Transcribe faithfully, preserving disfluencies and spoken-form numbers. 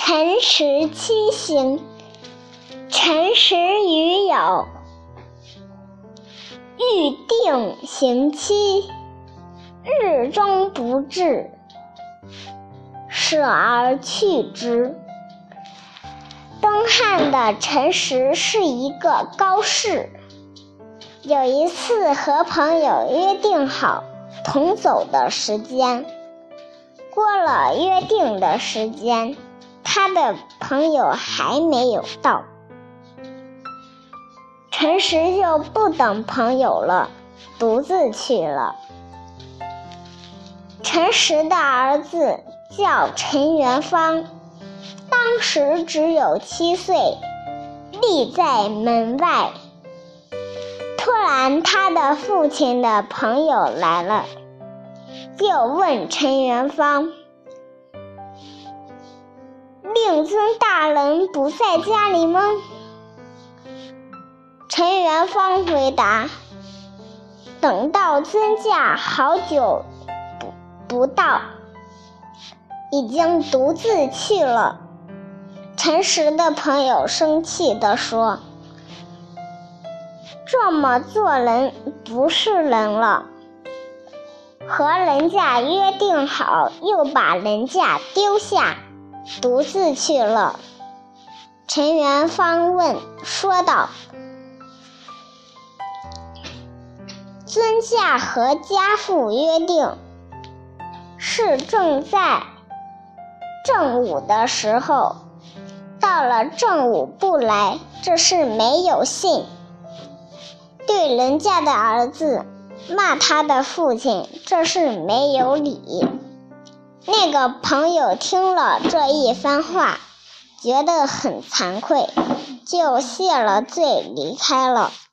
辰时七行，辰时与酉，预定刑期，日中不至，舍而去之。东汉的辰时是一个高士，有一次和朋友约定好同走的时间，过了约定的时间，他的朋友还没有到，辰时就不等朋友了，独自去了。辰时的儿子叫陈元芳，当时只有七岁，立在门外。突然他的父亲的朋友来了，就问陈元芳，令尊大人不在家里吗？陈元芳回答，等到尊驾好久不不到，已经独自去了。辰时的朋友生气地说，这么做人不是人了，和人家约定好，又把人家丢下，独自去了。陈元芳问说道，尊驾和家父约定，是正在正午的时候，到了正午不来，这是没有信。对人家的儿子骂他的父亲，这是没有理。那个朋友听了这一番话，觉得很惭愧，就谢了罪离开了。